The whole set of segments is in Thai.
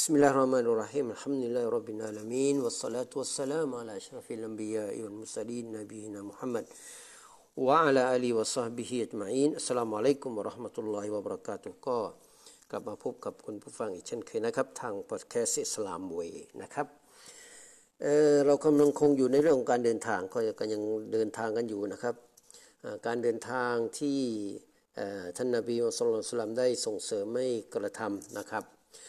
بسم الله الرحمن الرحيم الحمد لله رب العالمين والصلاة والسلام على أشرف الأنبياء والمرسلين نبينا محمد وعلى آله وصحبه أجمعين السلام عليكم ورحمة الله وبركاتهก็กลับมาพบกับคุณผู้ฟังอีกเช่นเคยนะครับทางพอดแคสต์อิสลามเวย์นะครับเรากำลังคงอยู่ในเรื่องของการเดินทางก็ยังเดินทางกันอยู่นะครับการเดินทางที่ท่านนบีมุฮัมมัด ศ็อลลัลลอฮุอะลัยฮิวะซัลลัมได้ส่งเสริมให้กระทำนะครับ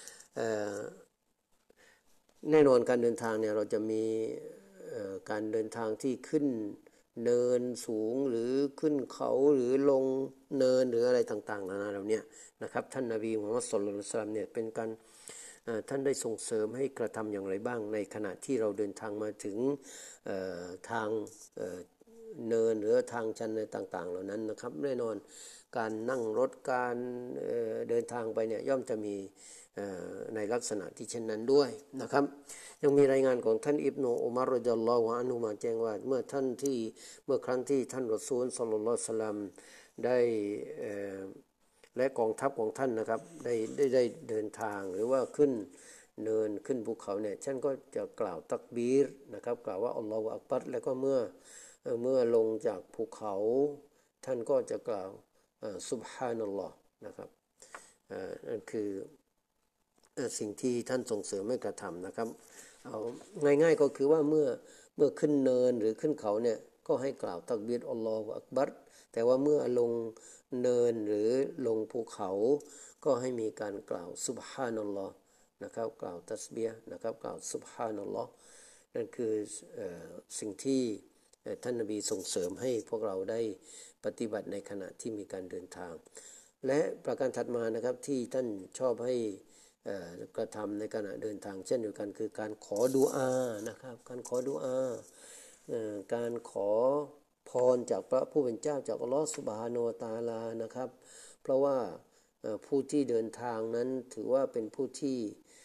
แน่นอนการเดินทางเนี่ยเราจะมีการเดินทางที่ขึ้นเนินสูงหรือขึ้นเขาหรือลงเนินหรืออะไรต่างๆนานาเหล่านี้นะครับท่านนบีมุฮัมมัด ศ็อลลัลลอฮุอะลัยฮิวะซัลลัมเนี่ยเป็นการท่านได้ส่งเสริมให้กระทำอย่างไรบ้างในขณะที่เราเดินทางมาถึงทางเนินหรือทางชันในต่างๆเหล่านั้นนะครับแน่นอนการนั่งรถการเดินทางไปเนี่ยย่อมจะมีในลักษณะที่เช่นนั้นด้วยนะครับยังมีรายงานของท่านอิบนุอุมัร รอฎิยัลลอฮุอันฮุมาแจ้งว่าเมื่อครั้งที่ท่านรอซูล ศ็อลลัลลอฮุอะลัยฮิวะซัลลัมได้และกองทัพของท่านนะครับได้เดินทางหรือว่าขึ้นเนินขึ้นภูเขาเนี่ยท่านก็จะกล่าวตักบีรนะครับกล่าวว่าอัลลอฮฺอักบัรแล้วก็เมื่อลงจากภูเขาท่านก็จะกล่าวซุบฮานัลลอฮ์นะครับนั่นคือสิ่งที่ท่านส่งเสริมให้กระทำนะครับเอาง่ายๆก็คือว่าเมื่อขึ้นเนินหรือขึ้นเขาเนี่ยก็ให้กล่าวตักบีรอัลลอฮฺอักบัรแต่ว่าเมื่อลงเนินหรือลงภูเขาก็ให้มีการกล่าวซุบฮานัลลอฮ์นะครับกล่าวตัสบีฮ์นะครับกล่าวซุบฮานัลลอฮ์นั่นคือสิ่งที่ท่านนบีส่งเสริมให้พวกเราได้ปฏิบัติในขณะที่มีการเดินทางและประการถัดมานะครับที่ท่านชอบให้กระทำในขณะเดินทางเช่นเดียวกันคือการขอดุอานะครับการขอดุอาการขอพรจากพระผู้เป็นเจ้าจากอัลลอฮฺซุบฮานะฮูวะตะอาลานะครับเพราะว่าผู้ที่เดินทางนั้นถือว่าเป็นผู้ที่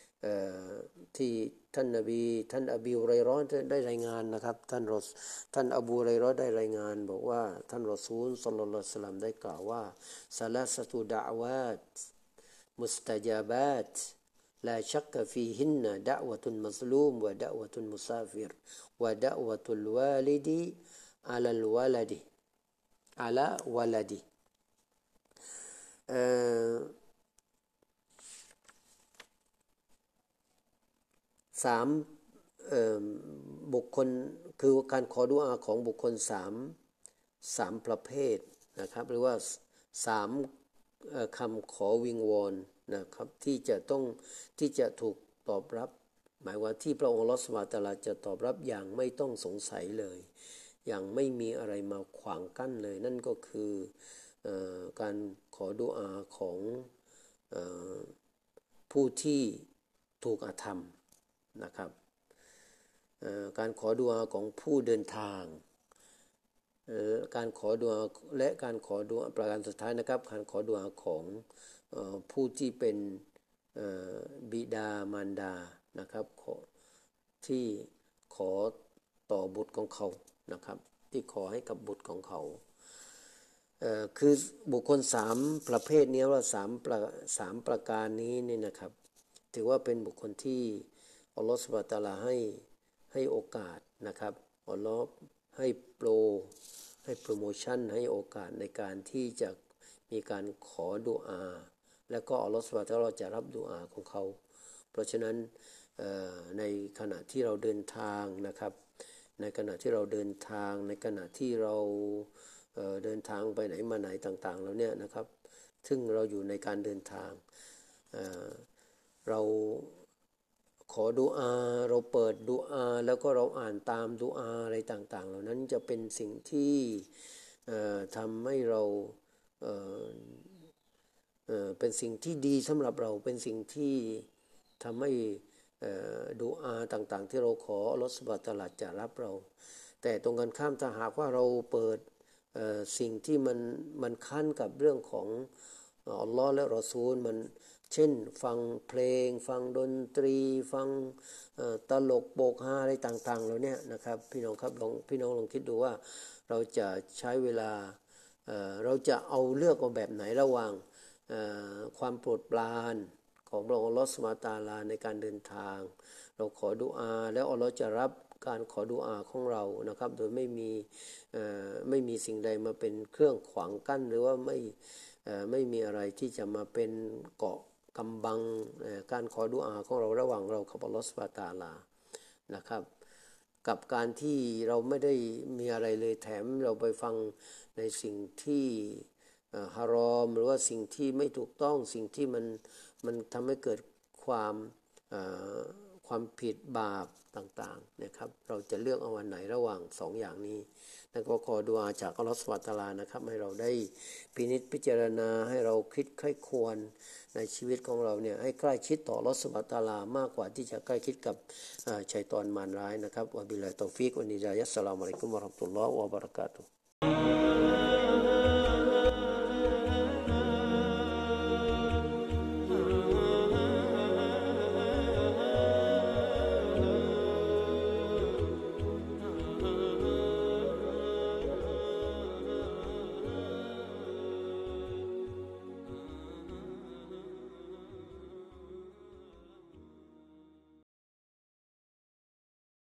ท่านนบีท่านอบีฮุรัยเราะห์ได้รายงานนะครับท่านอบูฮุรัยเราะห์ได้รายงานบอกว่าท่านรอซูล ศ็อลลัลลอฮุอะลัยฮิวะซัลลัมได้กล่าวว่าซะลาซะตุดะอ์วาตมุสตะญาบาตลาชักกะฟีฮินนะดะอ์วะตุลมัซลูมวะดะอ์วะตุลมุซาฟิรวะดะอ์วะตุลวาลิดีอะลัลวะลาดิอะลาวะลาดิสามบุคคลคือการขอดุอาของบุคคลสามประเภทนะครับหรือว่าสามคำขอวิงวอนนะครับที่จะถูกตอบรับหมายว่าที่พระองค์อัลเลาะห์ซุบฮานะฮูวะตะอาลาจะตอบรับอย่างไม่ต้องสงสัยเลยอย่างไม่มีอะไรมาขวางกั้นเลยนั่นก็คือการขอดุอาของผู้ที่ถูกอาธรรมนะครับการขอดุอาของผู้เดินทางการขอดุอาและการขอดุอาประการสุดท้ายนะครับการขอดุอาของผู้ที่เป็นบิดามารดานะครับที่ขอต่อบุตรของเขานะครับที่ขอให้กับบุตรของเขาคือบุคคล3ประเภทนี้ว่า3ประการนี้นี่นะครับถือว่าเป็นบุคคลที่อัลลอฮฺซุบฮานะฮูวะตะอาลาให้โอกาสนะครับอัลลอฮฺให้โปรโมชั่นให้โอกาสในการที่จะมีการขอดุอาแล้วก็อัลลอฮฺซุบฮานะฮูวะตะอาลาจะรับดุอาของเขาเพราะฉะนั้นในขณะที่เราเดินทางนะครับในขณะที่เราเดินทางในขณะที่เราเดินทางไปไหนมาไหนต่างๆแล้วเนี่ยนะครับซึ่งเราอยู่ในการเดินทางเราขอดุอาเราเปิดดุอาแล้วก็เราอ่านตามดุอาอะไรต่างๆเหล่านั้นจะเป็นสิ่งที่ทำให้เราเป็นสิ่งที่ดีสำหรับเราเป็นสิ่งที่ทำให้ดุอาต่างๆที่เราขออัลเลาะห์ซุบฮานะฮูวะตะอาลาจะรับเราแต่ตรงกันข้ามถ้าหากว่าเราเปิดสิ่งที่มันคั้นกับเรื่องของอัลลอฮ์และรอซูลมันเช่นฟังเพลงฟังดนตรีฟังตลกโปกฮาอะไรต่างๆเหล่านี้นะครับพี่น้องครับพี่น้องลองคิดดูว่าเราจะใช้เวลาเราจะเลือกเอาแบบไหนระหว่างความโปรดปรานของพระองค์อัลเลาะห์ซุบฮานะฮูวะตะอาลาในการเดินทางเราขอดุอาแล้วอัลเลาะห์จะรับการขอดุอาของเรานะครับโดยไม่มีสิ่งใดมาเป็นเครื่องขวางกั้นหรือว่าไม่มีอะไรที่จะมาเป็นเกาะกำบังการขอดุอาของเราระหว่างเรากับอัลเลาะห์ซุบฮานะฮูวะตะอาลานะครับกับการที่เราไม่ได้มีอะไรเลยแถมเราไปฟังในสิ่งที่ฮารอมหรือว่าสิ่งที่ไม่ถูกต้องสิ่งที่มันทำให้เกิดความผิดบาปต่างๆนะครับเราจะเลือกเอาวันไหนระหว่างสองอย่างนี้แล้วก็ขอดุอาจากอัลเลาะห์ซุบฮานะฮูวะตะอาลานะครับให้เราได้พินิจพิจารณาให้เราคิดใคร่ควรในชีวิตของเราเนี่ยให้ใกล้ชิดต่ออัลเลาะห์ซุบฮานะฮูวะตะอาลามากกว่าที่จะใกล้ชิดกับชัยฏอนมารร้ายนะครับวะบิลลาฮิตตอฟิกวัลฮิดายะฮ์อัสสลามุอะลัยกุมวะเราะห์มะตุลลอฮ์วะบะเราะกาตุฮ์